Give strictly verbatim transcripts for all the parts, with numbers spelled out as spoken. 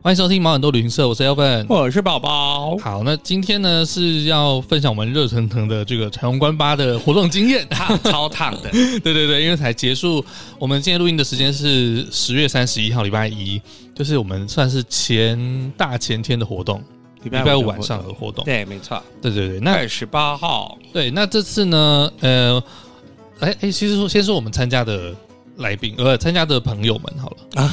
欢迎收听毛很多旅行社，我是 Elvin， 我是宝宝。 好，那今天呢是要分享我们热腾腾的这个彩虹关八的活动经验， 烫超烫的， 对对对，因为才结束，我们今天录音的时间是十月三十一号礼拜一，就是我们算是前大前天的活动，礼拜五晚上的活动， 对，没错， 对对对，那二十八号， 对，那这次呢，呃，哎哎，其实说先说我们参加的来宾，呃，参加的朋友们好了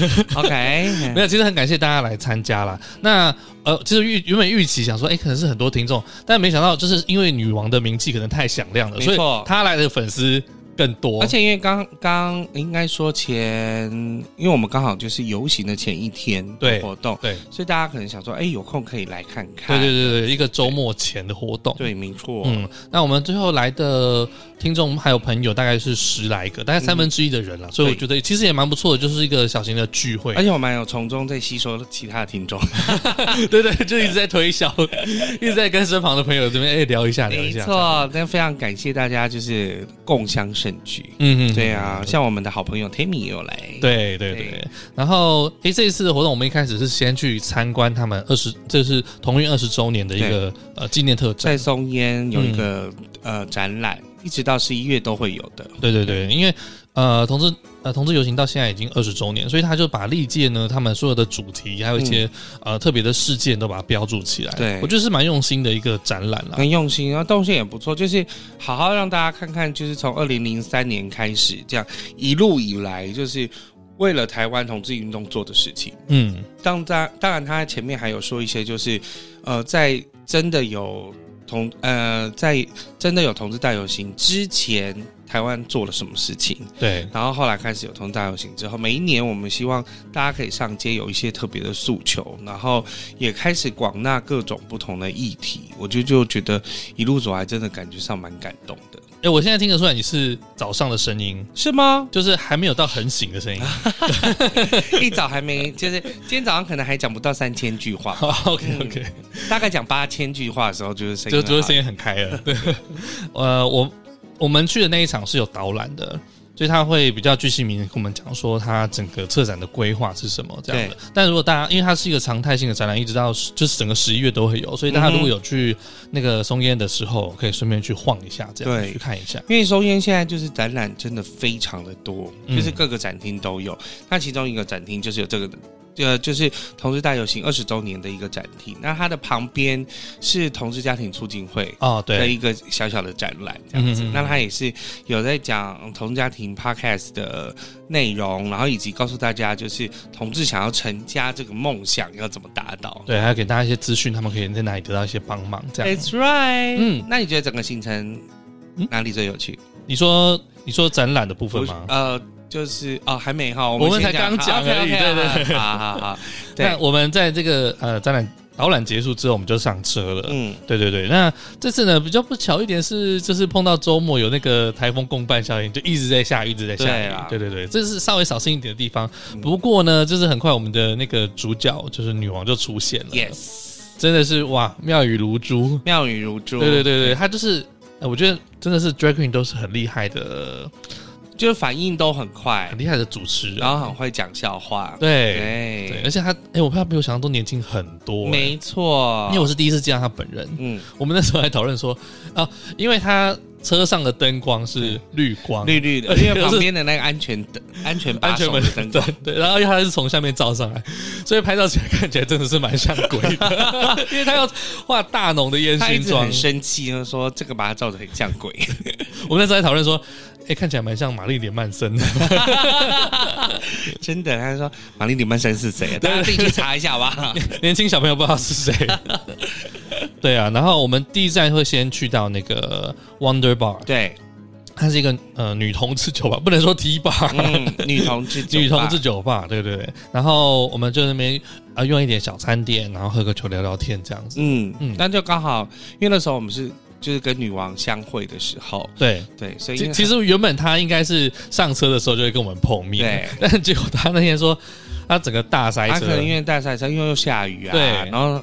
，OK， 没有，其实很感谢大家来参加啦。那呃，其实预原本预期想说，哎，可能是很多听众，但没想到就是因为女王的名气可能太响亮了，所以她来的粉丝更多， 而且因为刚刚应该说前，因为我们刚好就是游行的前一天的活动， 对， 所以大家可能想说，哎，有空可以来看看。 对对对对，一个周末前的活动， 对，没错。 嗯，那我们最后来的听众还有朋友大概是十来个，大概三分之一的人了，嗯、所以我觉得其实也蛮不错的，就是一个小型的聚会。 而且我们有从中在吸收其他的听众， 对对，就一直在推销，一直在跟身旁的朋友这边哎聊一下聊一下。 没错，但非常感谢大家就是共襄盛举。 嗯。 对啊，像我们的好朋友 Tammy 也有来。 对对 对, 对，然后诶，这一次的活动我们一开始是先去参观他们二十，这是同运二十周年的一个呃纪念特展， 在松烟有一个、嗯、呃展览，一直到十一月都会有的。 对对对，因为呃同志呃同志游行到现在已经二十周年，所以他就把历届呢他们所有的主题还有一些、嗯、呃特别的事件都把它标注起来。对，我觉得是蛮用心的一个展览啦， 很用心，然后动线也不错，就是好好让大家看看，就是从二零零三年开始这样一路以来，就是为了台湾同志运动做的事情。嗯，当当当然他前面还有说一些，就是呃在真的有同呃在真的有同志大游行之前，台湾做了什么事情？ 对， 然后后来开始有同志大游行之后，每一年我们希望大家可以上街，有一些特别的诉求，然后也开始广纳各种不同的议题。我就就觉得一路走来，真的感觉上蛮感动的。 哎，我现在听得出来你是早上的声音， 是吗？ 就是还没有到很醒的声音， 一早还没，就是今天早上可能还讲不到三千句话。 OK OK，、嗯、 大概讲八千句话的时候，就是声音就就是声音很开了。对，呃，我。我们去的那一场是有导览的，所以他会比较巨细靡遗跟我们讲说他整个策展的规划是什么这样的。但如果大家因为它是一个常态性的展览，一直到就是整个十一月都会有，所以大家如果有去那个松烟的时候，可以顺便去晃一下，这样对去看一下。 因为松烟现在就是展览真的非常的多，就是各个展厅都有。嗯、那其中一个展厅就是有这个。呃，就是同志大游行二十周年的一个展厅，那它的旁边是同志家庭促进会哦，对的一个小小的展览这样子。嗯、那它也是有在讲同志家庭 podcast 的内容，然后以及告诉大家就是同志想要成家这个梦想要怎么达到。 对，还要给大家一些资讯，他们可以在哪里得到一些帮忙。这样 ，That's right。嗯，那你觉得整个行程哪里最有趣？ 你说你说展览的部分吗？ 呃。就是哦，还没哈，我们, 我们才刚讲而已，对对对， 好好好。 那我们在这个呃展览导览结束之后，我们就上车了。嗯，对对对。那这次呢比较不巧一点是，就是碰到周末有那个台风共伴效应，就一直在下雨，一直在下雨。对对对，这是稍微扫兴一点的地方。嗯、不过呢，就是很快我们的那个主角就是女王就出现了。 Yes， 真的是哇，妙语如珠， 妙语如珠。 对对对对，她就是，呃、我觉得真的是 drag queen 都是很厉害的。 就是反应都很快， 很厉害的主持人， 然后很会讲笑话， 对 对, 对，而且他，哎、欸，我怕他比我想象中年轻很多， 没错， 因为我是第一次见到他本人，嗯，我们那时候还讨论说，啊，因为他车上的灯光是绿光， 绿绿的，因为旁边的那个安全灯、安全把手的灯光， 对，对，然后因为他是从下面照上来，所以拍照起来看起来真的是蛮像鬼的，因为他要画大浓的烟熏妆， 很生气，就说这个把他照得很像鬼。 我们那时候还讨论说。哎、欸，看起来蛮像玛丽莲曼森的， 真的。他说玛丽莲曼森是谁？大家自己去查一下吧。 年轻小朋友不知道是谁。对啊，然后我们第一站会先去到那个 Wonder Bar， 对， 它是一个呃女同志酒吧，不能说 T bar，、 嗯、女同志酒吧女同志酒吧，对对对。然后我们就那边啊、呃、用一点小餐点，然后喝个酒聊聊天这样子。嗯嗯，那就刚好，因为那时候我们是。就是跟女王相会的时候， 对对，所以其实原本他应该是上车的时候就会跟我们碰面，对，但结果他那天说他整个大塞车， 他可能因为大塞车，因为又下雨啊，对，然后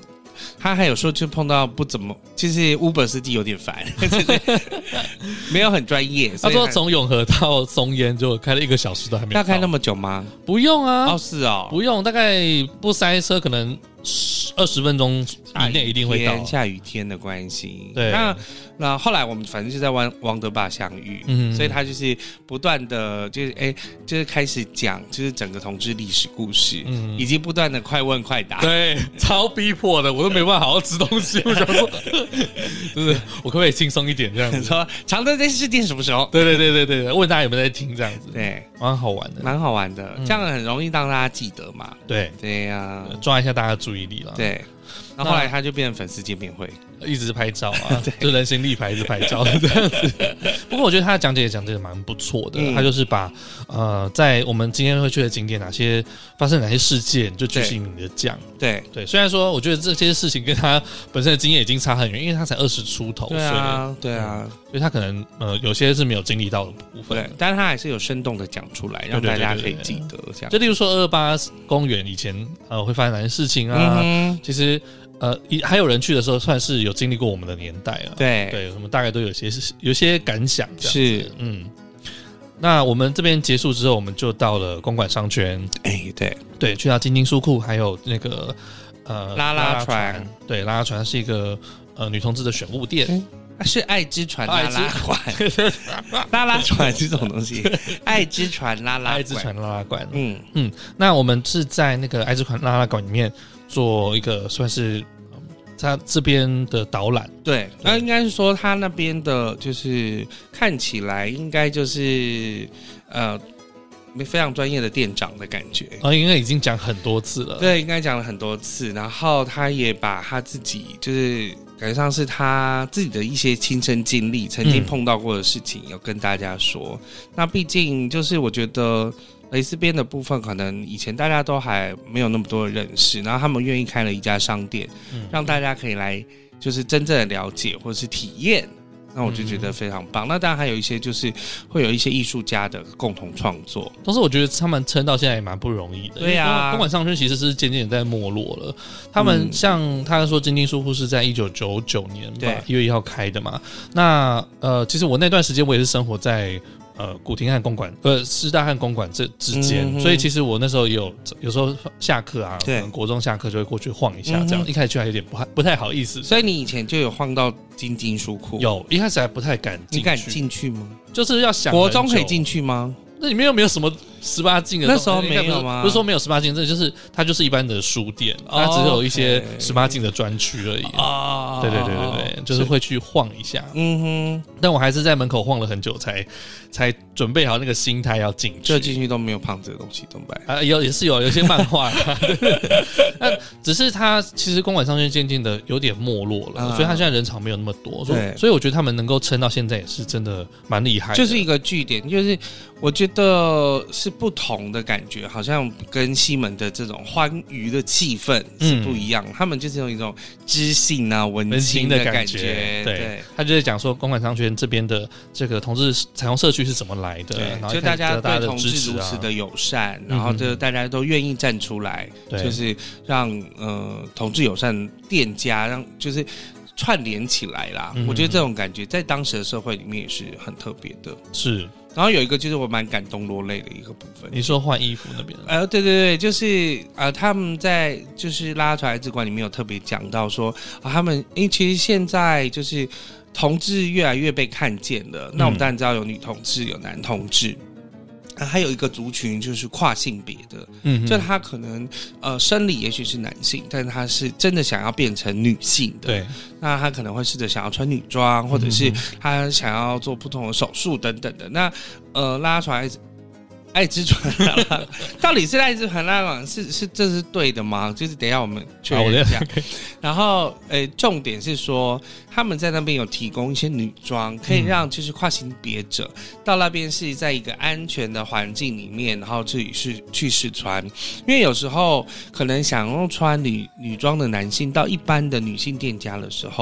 他还有说就碰到不怎么，就是 Uber 司机有点烦，没有很专业。 他说从永和到松烟就开了一个小时都还没有。 要开那么久吗？ 不用啊。 哦，是哦， 不用，大概不塞车，可能二十分钟以内一定会到。 下雨天的关系， 对。 那那后来我们反正就在王王德坝相遇，嗯，所以他就是不断的就是哎，就是开始讲就是整个同志历史故事，嗯，以及不断的快问快答， 对，超逼迫的，我都没办法好好吃东西。我想说，就是我可不可以轻松一点这样子？ 说常德电视店什么时候？ 对对对对对，问大家有没有在听这样子？ 对， 蛮好玩的， 蛮好玩的，嗯、这样很容易让大家记得嘛。 对对呀、啊， 抓一下大家的注意力了。 对。然后后来他就变成粉丝见面会， 一直拍照啊，就人形立牌一直拍照这样子。不过我觉得他的讲解也讲解的蛮不错的，嗯、他就是把呃在我们今天会去的景点哪些发生哪些事件，就巨细靡遗的讲。 对对，虽然说我觉得这些事情跟他本身的经验已经差很远，因为他才二十出头岁，对啊，对啊， 所以他可能呃有些是没有经历到的部分， 对，但是他还是有生动的讲出来，让大家可以记得这样。 就例如说二二八公园以前呃会发生哪些事情啊，嗯、其实。呃，还有人去的时候，算是有经历过我们的年代了。 对对，我们大概都有些有些感想这样子。 是， 嗯。那我们这边结束之后，我们就到了公馆商圈。 哎，对对，去到金金书库，还有那个呃拉拉船。 对，拉拉船是一个呃女同志的选物店。嗯是爱之船拉拉馆，拉拉船这种东西，爱之船拉拉馆， 爱之船拉拉馆。嗯嗯，那我们是在那个爱之船拉拉馆里面做一个算是他这边的导览。 对，那应该是说他那边的，就是看起来应该就是呃。非常专业的店长的感觉哦，应该已经讲很多次了。 对，应该讲了很多次。然后他也把他自己，就是感觉上是他自己的一些亲身经历，曾经碰到过的事情，有跟大家说。嗯、那毕竟就是我觉得蕾丝边的部分，可能以前大家都还没有那么多的认识，然后他们愿意开了一家商店，嗯、让大家可以来，就是真正的了解或者是体验。那我就觉得非常棒。嗯、那当然还有一些就是会有一些艺术家的共同创作， 但是我觉得他们撑到现在也蛮不容易的。 对啊， 公馆商圈其实是渐渐在没落了。他们像他说金金书库是在一九九九年吧一月一号开的嘛。那呃，其实我那段时间我也是生活在。呃，古亭和公馆，呃，师大和公馆这之间，嗯、所以其实我那时候也有，有时候下课啊，对，国中下课就会过去晃一下，这样、嗯、一开始去还有点不不太好意思。 所以你以前就有晃到金金书库？ 有，一开始还不太敢进去。 你敢进去吗？ 就是要想国中可以进去吗？ 那里面又没有什么十八禁的， 那时候没有吗？ 不是说没有十八禁，这就是它就是一般的书店，它只有一些十八禁的专区而已。哦，对对对对对，就是会去晃一下。嗯哼，但我还是在门口晃了很久才才准备好那个心态要进去。 就进去都没有胖子的东西，怎么办？ 啊，有也是有有些漫画，那只是它其实公馆商圈渐渐的有点没落了，啊、所以它现在人潮没有那么多。所以所以我觉得他们能够撑到现在也是真的蛮厉害的， 就是一个据点，就是我觉得。的是不同的感觉，好像跟西门的这种欢愉的气氛是不一样。嗯、他们就是有一种知性啊、文青的感觉。 感觉对，对他就在讲说公馆商圈这边的这个同志彩虹社区是怎么来的，然后就大家对同志如此的友善，嗯、然后就大家都愿意站出来，嗯、就是让呃同志友善店家让就是串联起来啦。嗯、我觉得这种感觉在当时的社会里面也是很特别的。 是。 然后有一个就是我蛮感动落泪的一个部分。 你说换衣服那边？ 呃，对对对，就是呃，他们在就是拉出来之馆里面有特别讲到说，啊，他们因为其实现在就是同志越来越被看见了。嗯、那我们当然知道有女同志，有男同志。啊、还有一个族群就是跨性别的，嗯，就他可能呃生理也许是男性，但是他是真的想要变成女性的， 对， 那他可能会试着想要穿女装，或者是他想要做不同的手术等等的。那呃拉出来爱之船拉拉，到底是爱之船拉拉是是这是对的吗？就是等一下我们确认一下。然后呃，重点是说他们在那边有提供一些女装，可以让就是跨性别者到那边是在一个安全的环境里面，然后去试去试穿。因为有时候可能想要穿女女装的男性到一般的女性店家的时候，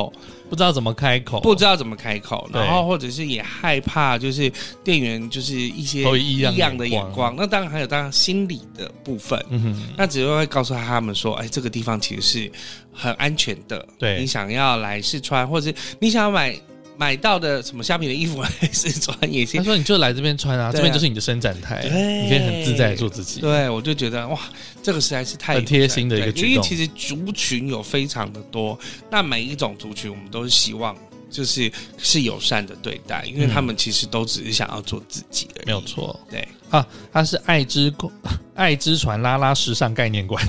不知道怎么开口， 不知道怎么开口，然后或者是也害怕，就是店员就是一些异样的眼光。那当然还有当然心理的部分，嗯哼，那只会告诉他们说，哎，这个地方其实是很安全的，对，你想要来试穿，或者是你想要买。买到的什么虾皮的衣服来试穿也行。 他说你就来这边穿啊，啊这边就是你的伸展台，你可以很自在的做自己。 对，我就觉得哇，这个实在是太很贴心的一个举动。 因为其实族群有非常的多，那每一种族群我们都是希望就是是友善的对待，因为他们其实都只是想要做自己而已。 没有错， 对啊，他是爱之爱之船拉拉时尚概念馆。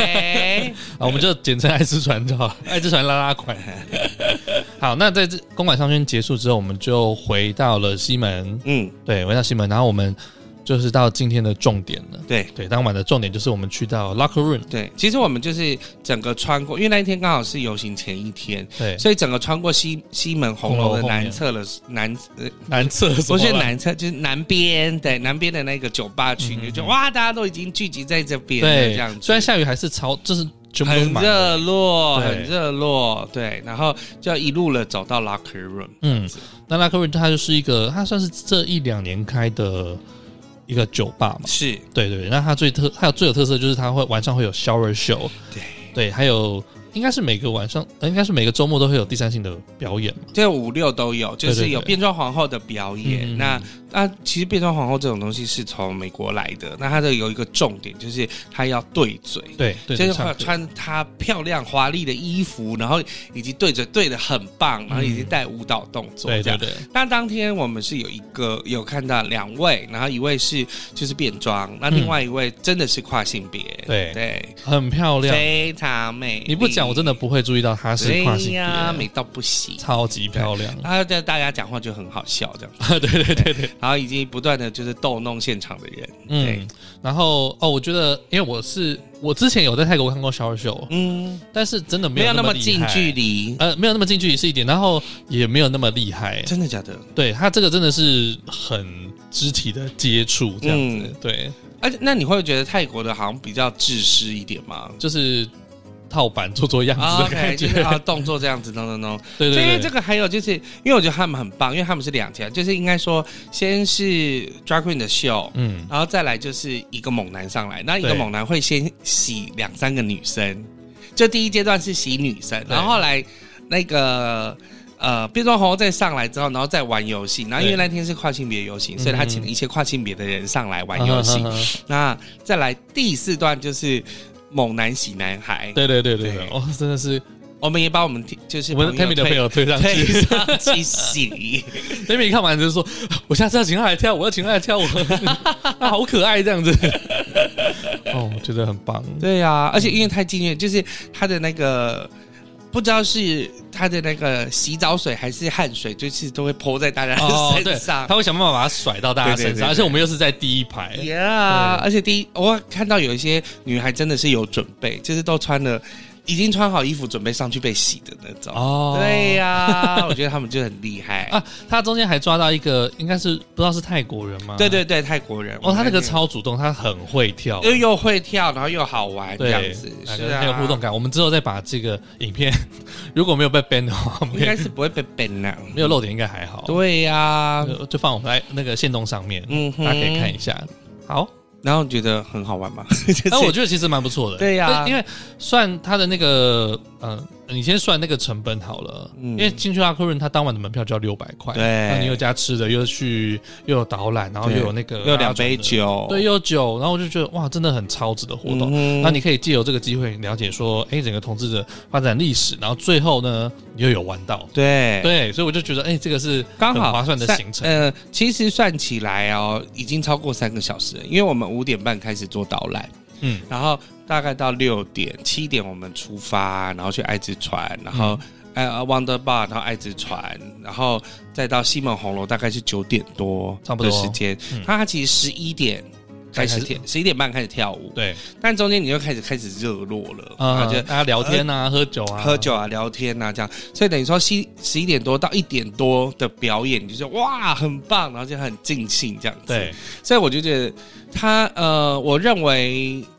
OK， 啊，我们就简称爱之船就好，爱之船拉拉馆。好，那在这公馆商圈结束之后，我们就回到了西门。嗯，对，回到西门，然后我们就是到今天的重点了。 对对，当晚的重点就是我们去到 Locker Room。 对，其实我们就是整个穿过，因为那一天刚好是游行前一天，对，所以整个穿过西西门红楼的南侧了，南呃南侧不是南侧，就是南边，对，南边的那个酒吧区，你、嗯、就哇，大家都已经聚集在这边了，这样子。 虽然下雨，还是超就是。 很热络，很热络，对，然后就一路了走到 Locker Room， 嗯，那 Locker Room 它就是一个，它算是这一两年开的一个酒吧嘛， 是， 对对，那它最特，它有最有特色就是它会晚上会有 shower show， 对对，还有应该是每个晚上，呃、应该是每个周末都会有第三性的表演嘛， 这五六都有，就是有变装皇后的表演，对对对，那。那其实变装皇后这种东西是从美国来的，那它的有一个重点就是它要对嘴， 对， 就是穿它漂亮华丽的衣服，然后以及对嘴对得很棒，然后以及带舞蹈动作， 对对对。 那当天我们是有一个有看到两位，然后一位是就是变装，那另外一位真的是跨性别， 对对， 很漂亮， 非常美。 你不讲我真的不会注意到她是跨性别， 呀，美到不行， 超级漂亮。 然后大家讲话就很好笑这样， 对对对对。 然后以及不断的就是逗弄现场的人， 嗯，然后哦，我觉得，因为我是我之前有在泰国看过shower show，嗯，但是真的没有那么近距离， 呃，没有那么近距离是一点，然后也没有那么厉害， 真的假的？ 对，他这个真的是很肢体的接触这样子，嗯、对。 而且那你会觉得泰国的好像比较自私一点吗？ 就是。套板做做样子的感觉， okay, 就是动作这样子 ，no no no， 对对对。 所以这个还有就是，因为我觉得他们很棒，因为他们是两家，就是应该说先是 drag queen 的秀，嗯，然后再来就是一个猛男上来，那一个猛男会先洗两三个女生，就第一阶段是洗女生，然后后来那个。呃，变装皇后再上来之后，然后再玩游戏，然后因为那天是跨性别游行，所以他请了一些跨性别的人上来玩游戏。嗯、那再来第四段就是猛男洗男孩， 对对对对对，哦，真的是， 我们也把我们就是我们 Tammy 的朋友推上去， 推上去洗。 Tammy 看完就是说，我下次要请他来跳舞，我要请他来跳舞，他好可爱这样子。哦，我觉得很棒。 对呀、啊，而且因为太敬业，就是他的那个。不知道是他的那个洗澡水还是汗水，就是都会泼在大家的身上、哦， 他会想办法把它甩到大家身上，对对对对，而且我们又是在第一排， yeah, 而且第一我看到有一些女孩真的是有准备，就是都穿了。已经穿好衣服准备上去被洗的那种哦，对呀、啊，我觉得他们就很厉害啊。他中间还抓到一个，应该是不知道是泰国人吗？ 对对对，泰国人哦，他那个超主动，他很会跳， 又又会跳，然后又好玩这样子，是啊， 很有互动感。我们之后再把这个影片，如果没有被 ban 的话， 应该是不会被 ban 的， 没有漏点应该还好。 对呀、啊， 就放我们在那个限动上面，嗯，大家可以看一下。好。 然后觉得很好玩嘛？ 但我觉得其实蛮不错的。 对呀、啊， 因为算他的那个，呃，你先算那个成本好了。嗯、因为进去拉克润，他当晚的门票就要六百块。 对， 那你有加吃的，又去又有导览，然后又有那个又有两杯酒， 对，又有酒，然后我就觉得哇，真的很超值的活动。嗯、那你可以借由这个机会了解说，哎，整个同志的发展历史，然后最后呢，你又有玩到。 对对，所以我就觉得，哎，这个是刚好划算的行程。 呃，其实算起来哦，已经超过三个小时了，因为我们五点半开始做导览，嗯，然后大概到六点、七点我们出发，然后去爱之船，然后、嗯、呃 Wonder Bar， 然后爱之船，然后再到西门红楼，大概是九点多的时间。嗯、它其实十一点开始跳，十一点半开始跳舞， 对， 但中间你就开始开始热络了， 嗯、 然后就大家聊天啊、呃，喝酒啊， 喝酒啊，聊天啊，这样，所以等于说十十一点多到一点多的表演，就是哇很棒，然后就很尽兴这样子， 对， 所以我就觉得他呃，我认为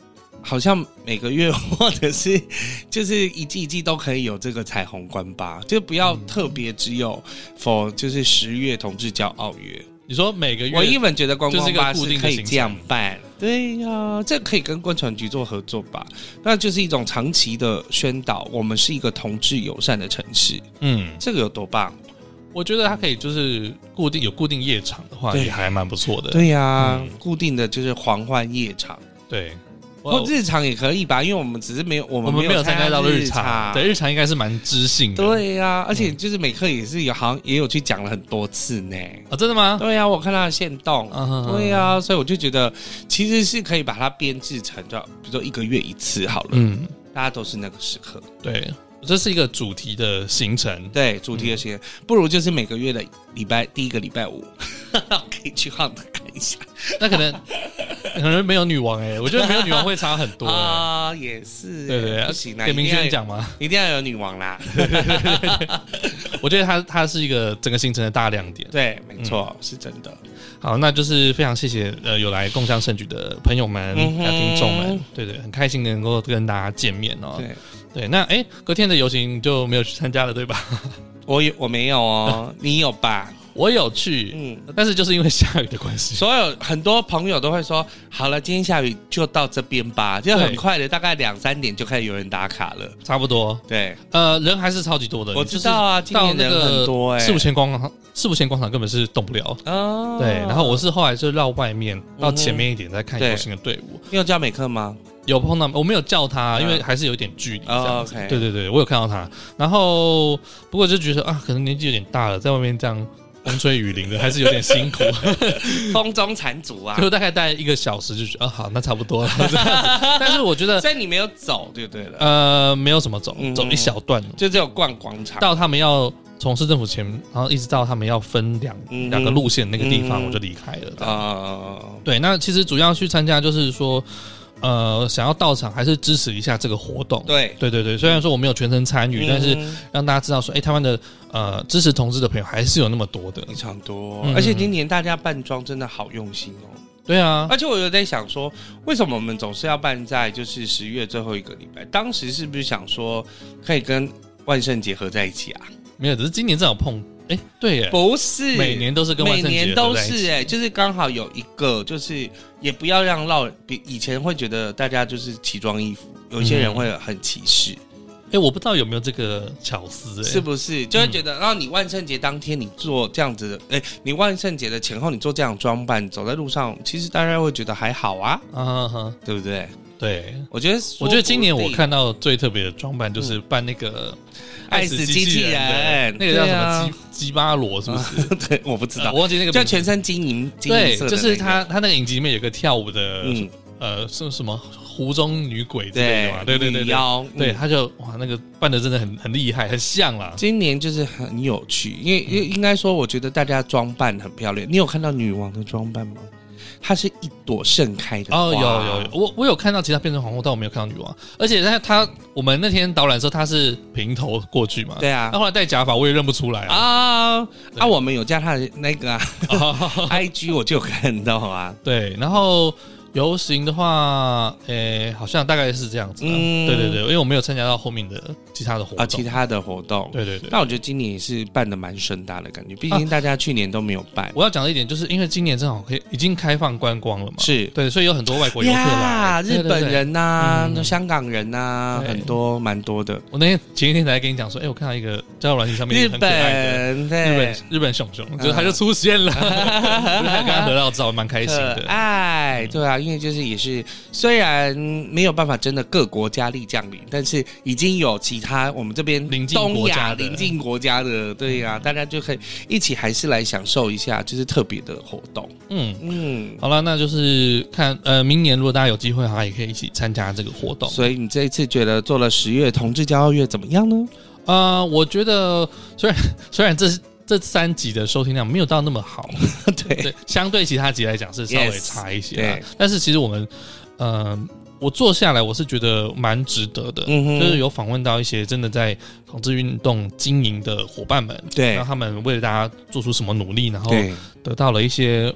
好像每个月或者是就是一季一季都可以有这个彩虹关吧，就不要特别只有 for 就是十月同志骄傲月。 你说每个月， 我一本觉得观光巴就是士可以这样办，对呀、啊，这可以跟观传局做合作吧？那就是一种长期的宣导，我们是一个同志友善的城市。嗯，这个有多棒？ 我觉得它可以就是固定有固定夜场的话，也还蛮不错的。 对呀、啊嗯，固定的就是狂欢夜场， 对。 或日常也可以吧，因为我们只是没有我们没有参加到日常， 对，日常应该是蛮知性的。 对呀、啊，而且就是美克也是有好像也有去讲了很多次呢。 啊，真的吗？ 对呀、啊，我看他的限动，嗯、对呀、啊，所以我就觉得其实是可以把它编制成，就比如说一个月一次好了，嗯，大家都是那个时刻， 对。这是一个主题的行程， 对，主题的行程，嗯、不如就是每个月的礼拜第一个礼拜五，可以去好的看一下。 那可能可能没有女王哎、欸，我觉得没有女王会差很多、欸、 啊，也是， 对对， 不行啊， 给明轩讲嘛， 一定要有女王啦。 我觉得它它是一个整个行程的大亮点， 对，没错、嗯，是真的。 好，那就是非常谢谢呃有来共襄盛举的朋友们、嗯、还有听众们，对对，很开心能够跟大家见面哦。 对。 对，那哎，隔天的游行就没有去参加了，对吧？ 我有，我没有哦，你有吧？ 我有去，嗯，但是就是因为下雨的关系， 所有很多朋友都会说，好了，今天下雨就到这边吧，就很快的，大概两三点就开始有人打卡了， 差不多。 对， 呃，人还是超级多的， 我知道啊，今年人很多哎、欸， 四五千广场，四五千广场根本是动不了哦。对，然后我是后来就绕外面到前面一点再看游行的队伍。 你有叫美克吗？ 有碰到，我没有叫他，因为还是有点距离这样子。 Oh, okay. 对对对，我有看到他，然后不过就觉得啊，可能年纪有点大了，在外面这样风吹雨淋的，还是有点辛苦， 风中残烛啊。 就大概待一个小时，就觉得啊，好，那差不多了这样子。但是我觉得， 所以你没有走就对了。 呃，没有什么走，嗯、走一小段， 就只有逛广场， 到他们要从市政府前，然后一直到他们要分两两、嗯、个路线那个地方，我就离开了。啊、嗯，对，那其实主要去参加就是说。呃，想要到场还是支持一下这个活动。 对， 对对对，虽然说我没有全程参与、嗯，但是让大家知道说，哎，台湾的呃支持同志的朋友还是有那么多的， 非常多、嗯。而且今年大家扮装真的好用心哦。 对啊， 而且我有在想说，为什么我们总是要办在就是十月最后一个礼拜？当时是不是想说可以跟万圣节合在一起啊？ 没有，只是今年正好碰。哎，对耶， 不是每年都是跟万圣节每年都是哎，就是刚好有一个，就是也不要让绕比以前会觉得大家就是奇装异服，有一些人会很歧视。 哎、嗯，我不知道有没有这个巧思， 是不是就会觉得，然后你万圣节当天你做这样子的，哎，你万圣节的前后你做这样装扮，走在路上，其实大家会觉得还好啊，啊哈，对不对？ 对， 我觉得， 我觉得今年我看到最特别的装扮就是扮那个爱死机器人， 那个叫什么鸡鸡巴罗是不是？ 对，我不知道， 我忘记那个， 就全身金银金银色的、那個， 对，就是他他那个影集里面有个跳舞的，嗯、呃，是什么湖中女鬼之类的嘛？对对对对， 妖， 对，他就哇，那个扮的真的很很厉害，很像啦。 今年就是很有趣，因为、嗯、应该说，我觉得大家装扮很漂亮。你有看到女王的装扮吗？它是一朵盛开的花哦，有有有，我我有看到其他变成皇后，但我没有看到女王。而且他他我们那天导览的时候，他是平头过去嘛， 对啊。 他后来戴假发，我也认不出来啊。 啊，啊我们有加他的那个、啊哦、I G， 我就有看到啊。 对，然后游行的话，诶，好像大概是这样子、啊。嗯，对对对，因为我没有参加到后面的其他的活动啊，其他的活动。 对对对。 那我觉得今年也是办的蛮盛大的感觉，毕竟大家去年都没有办。啊、 我要讲的一点就是，因为今年正好可以已经开放观光了嘛， 是对， 所以有很多外国游客来， 日本人呐、啊嗯，香港人呐、啊，很多蛮多的。 我那天前一天才跟你讲说，哎，我看到一个交友软件上面一个很可爱的日本日本日本熊熊，就是他就出现了，嗯、还跟他合到照，蛮开心的。 哎，对啊，因为就是也是虽然没有办法真的各国佳丽降临，但是已经有其他我们这边东亚邻近国家的，对呀、啊，大家就可以一起还是来享受一下，就是特别的活动。 嗯嗯，好了，那就是看呃，明年如果大家有机会的话，也可以一起参加这个活动。 所以你这一次觉得做了十月同志骄傲月怎么样呢？ 呃，我觉得虽然虽然这是。这三集的收听量没有到那么好， 对, 对，相对其他集来讲是稍微差一些啦。Yes, 但是其实我们，呃，我做下来我是觉得蛮值得的，嗯、就是有访问到一些真的在同志运动经营的伙伴们， 对， 然后他们为了大家做出什么努力，然后得到了一些呃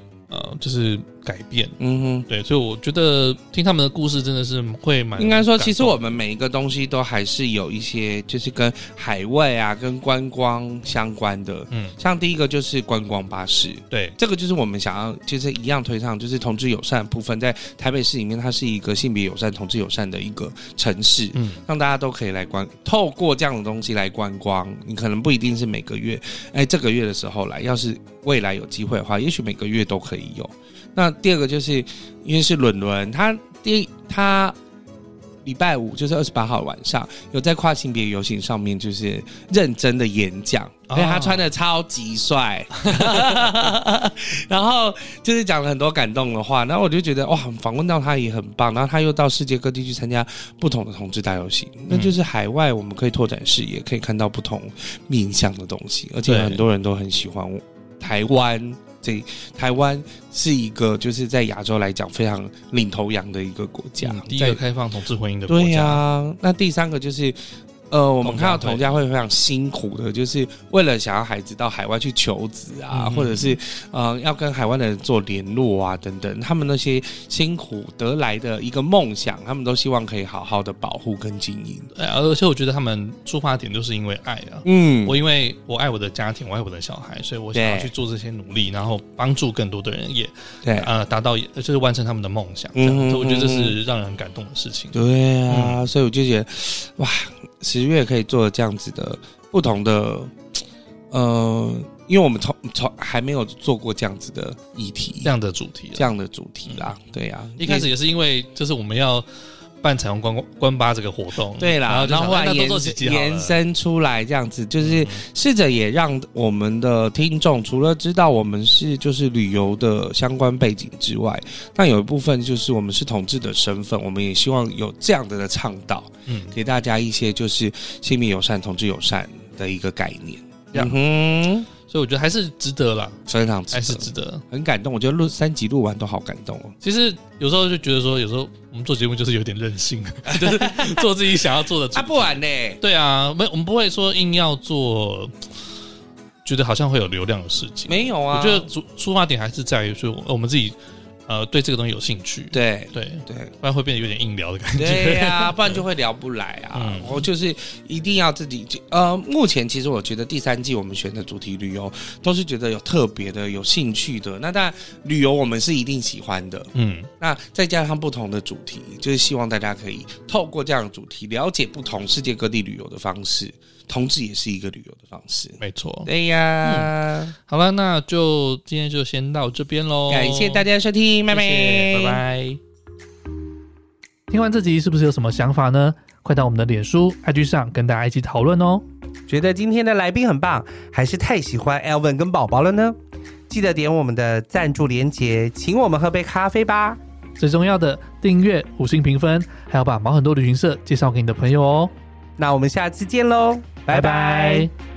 呃，就是改变。 嗯哼， 对，所以我觉得听他们的故事真的是会蛮…… 应该说，其实我们每一个东西都还是有一些，就是跟海味啊、跟观光相关的。嗯，像第一个就是观光巴士， 对， 这个就是我们想要，就是一样推上，就是同志友善的部分，在台北市里面，它是一个性别友善、同志友善的一个城市，嗯，让大家都可以来观，透过这样的东西来观光。你可能不一定是每个月，哎，这个月的时候来，要是未来有机会的话，也许每个月都可以有。那第二个就是因为是伦伦，他第他礼拜五就是二十八号晚上有在跨性别游行上面就是认真的演讲，而且他穿的超级帅，然后就是讲了很多感动的话，然后我就觉得哇，访问到他也很棒，然后他又到世界各地去参加不同的同志大游行，那就是海外我们可以拓展视野，可以看到不同面向的东西，而且很多人都很喜欢台湾。这台湾是一个就是在亚洲来讲非常领头羊的一个国家， 嗯、第一个开放同志婚姻的国家。 对呀、啊，那第三个就是呃，我们看到同家会非常辛苦的，就是为了想要孩子到海外去求子啊，嗯、或者是呃要跟海外的人做联络啊等等，他们那些辛苦得来的一个梦想，他们都希望可以好好的保护跟经营。 对，而且我觉得他们出发点就是因为爱啊，嗯，我因为我爱我的家庭，我爱我的小孩，所以我想要去做这些努力，然后帮助更多的人也，对，呃，达到就是完成他们的梦想，这样，嗯、所以我觉得这是让人很感动的事情。 对啊，嗯、所以我就觉得，哇。十月可以做这样子的不同的，呃，因为我们从从还没有做过这样子的议题， 这样的主题， 这样的主题啦，嗯、对呀、啊， 一开始也是因为就是我们要办彩虹观观巴这个活动， 对啦，然后, 然后后来延延伸出来这样子，就是试着也让我们的听众除了知道我们是就是旅游的相关背景之外，那有一部分就是我们是同志的身份，我们也希望有这样的倡导，嗯，给大家一些就是性别友善、同志友善的一个概念，这样。嗯所以我觉得还是值得啦， 非常值得， 还是值得， 很感动。我觉得录三集录完都好感动哦。 其实有时候就觉得说，有时候我们做节目就是有点任性，就是做自己想要做的主题。 啊，不然呢？ 对啊，没，我们不会说硬要做，觉得好像会有流量的事情。 没有啊， 我觉得出出发点还是在于说，我们自己。呃，对这个东西有兴趣， 对对对， 不然会变得有点硬聊的感觉， 对呀、啊，不然就会聊不来啊。嗯、我就是一定要自己，呃，目前其实我觉得第三季我们选的主题旅游都是觉得有特别的、有兴趣的。那当然，旅游我们是一定喜欢的，嗯，那再加上不同的主题，就是希望大家可以透过这样的主题了解不同世界各地旅游的方式。同志也是一个旅游的方式， 没错。 对呀、 嗯，好了，那就今天就先到这边咯， 感谢大家的收听，拜拜， 谢谢拜拜。听完这集是不是有什么想法呢？快到我们的脸书、I G 上跟大家一起讨论哦。 觉得今天的来宾很棒，还是太喜欢 Elvin 跟宝宝了呢？记得点我们的赞助连结，请我们喝杯咖啡吧。 最重要的，订阅、五星评分，还要把毛很多旅行社介绍给你的朋友哦。 那我们下次见喽，拜拜。